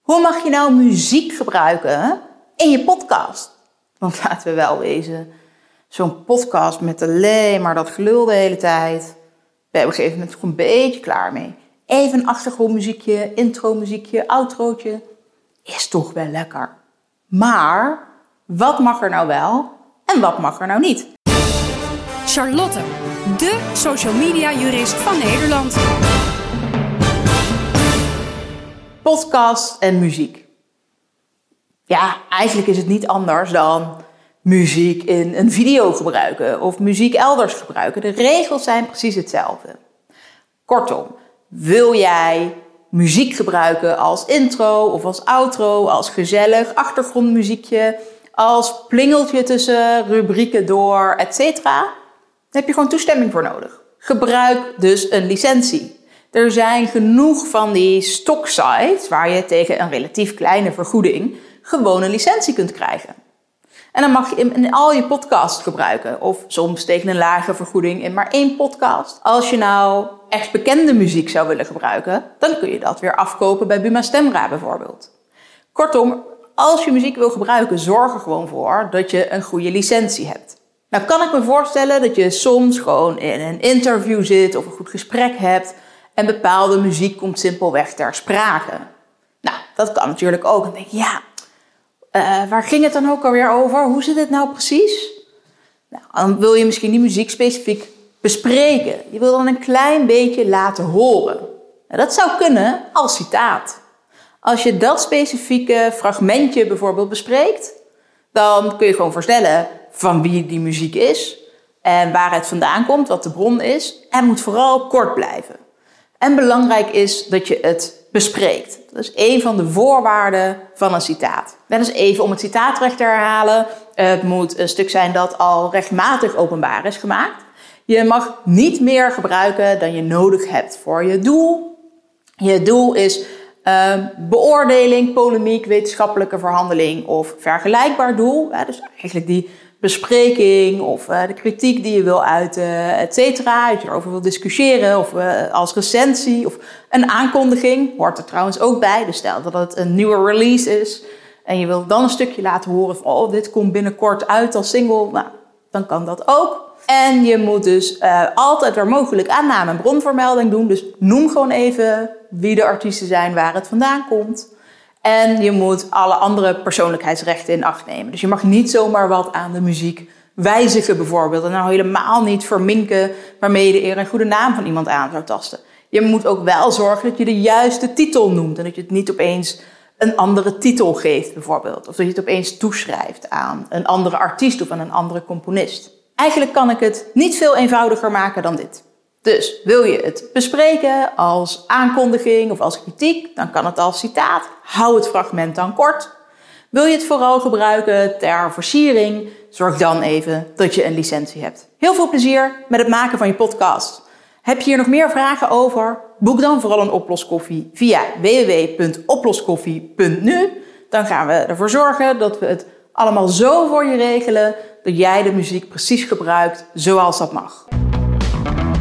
Hoe mag je nou muziek gebruiken in je podcast? Want laten we wel wezen, zo'n podcast met alleen maar dat gelul de hele tijd. Ben je op een gegeven moment gewoon een beetje klaar mee. Even een achtergrondmuziekje, intromuziekje, outrootje. Is toch wel lekker. Maar wat mag er nou wel en wat mag er nou niet? Charlotte, de social media jurist van Nederland. Podcast en muziek. Ja, eigenlijk is het niet anders dan muziek in een video gebruiken of muziek elders gebruiken. De regels zijn precies hetzelfde. Kortom, wil jij muziek gebruiken als intro of als outro, als gezellig achtergrondmuziekje, als plingeltje tussen rubrieken door, etc., dan heb je gewoon toestemming voor nodig. Gebruik dus een licentie. Er zijn genoeg van die stocksites waar je tegen een relatief kleine vergoeding gewoon een licentie kunt krijgen. En dan mag je in al je podcasts gebruiken. Of soms tegen een lage vergoeding in maar 1 podcast. Als je nou echt bekende muziek zou willen gebruiken, dan kun je dat weer afkopen bij Buma Stemra bijvoorbeeld. Kortom, als je muziek wil gebruiken, zorg er gewoon voor dat je een goede licentie hebt. Nou kan ik me voorstellen dat je soms gewoon in een interview zit of een goed gesprek hebt en bepaalde muziek komt simpelweg ter sprake. Nou, dat kan natuurlijk ook. Dan denk je, waar ging het dan ook alweer over? Hoe zit het nou precies? Nou, dan wil je misschien die muziek specifiek bespreken. Je wil dan een klein beetje laten horen. Nou, dat zou kunnen als citaat. Als je dat specifieke fragmentje bijvoorbeeld bespreekt, dan kun je gewoon vertellen van wie die muziek is en waar het vandaan komt, wat de bron is. En moet vooral kort blijven. En belangrijk is dat je het bespreekt. Dat is een van de voorwaarden van een citaat. Net eens even om het citaat recht te herhalen. Het moet een stuk zijn dat al rechtmatig openbaar is gemaakt. Je mag niet meer gebruiken dan je nodig hebt voor je doel. Je doel is beoordeling, polemiek, wetenschappelijke verhandeling of vergelijkbaar doel. Dus eigenlijk die bespreking of de kritiek die je wil uiten, et cetera. Dat je erover wil discussiëren of als recensie of een aankondiging. Hoort er trouwens ook bij. Dus stel dat het een nieuwe release is en je wil dan een stukje laten horen van dit komt binnenkort uit als single. Nou, dan kan dat ook. En je moet dus altijd waar mogelijk aanname en bronvermelding doen. Dus noem gewoon even wie de artiesten zijn, waar het vandaan komt. En je moet alle andere persoonlijkheidsrechten in acht nemen. Dus je mag niet zomaar wat aan de muziek wijzigen bijvoorbeeld. En nou helemaal niet verminken waarmee je de eer en goede naam van iemand aan zou tasten. Je moet ook wel zorgen dat je de juiste titel noemt. En dat je het niet opeens een andere titel geeft bijvoorbeeld. Of dat je het opeens toeschrijft aan een andere artiest of aan een andere componist. Eigenlijk kan ik het niet veel eenvoudiger maken dan dit. Dus wil je het bespreken als aankondiging of als kritiek, dan kan het als citaat. Hou het fragment dan kort. Wil je het vooral gebruiken ter versiering, zorg dan even dat je een licentie hebt. Heel veel plezier met het maken van je podcast. Heb je hier nog meer vragen over? Boek dan vooral een oploskoffie via www.oploskoffie.nu. Dan gaan we ervoor zorgen dat we het allemaal zo voor je regelen dat jij de muziek precies gebruikt zoals dat mag.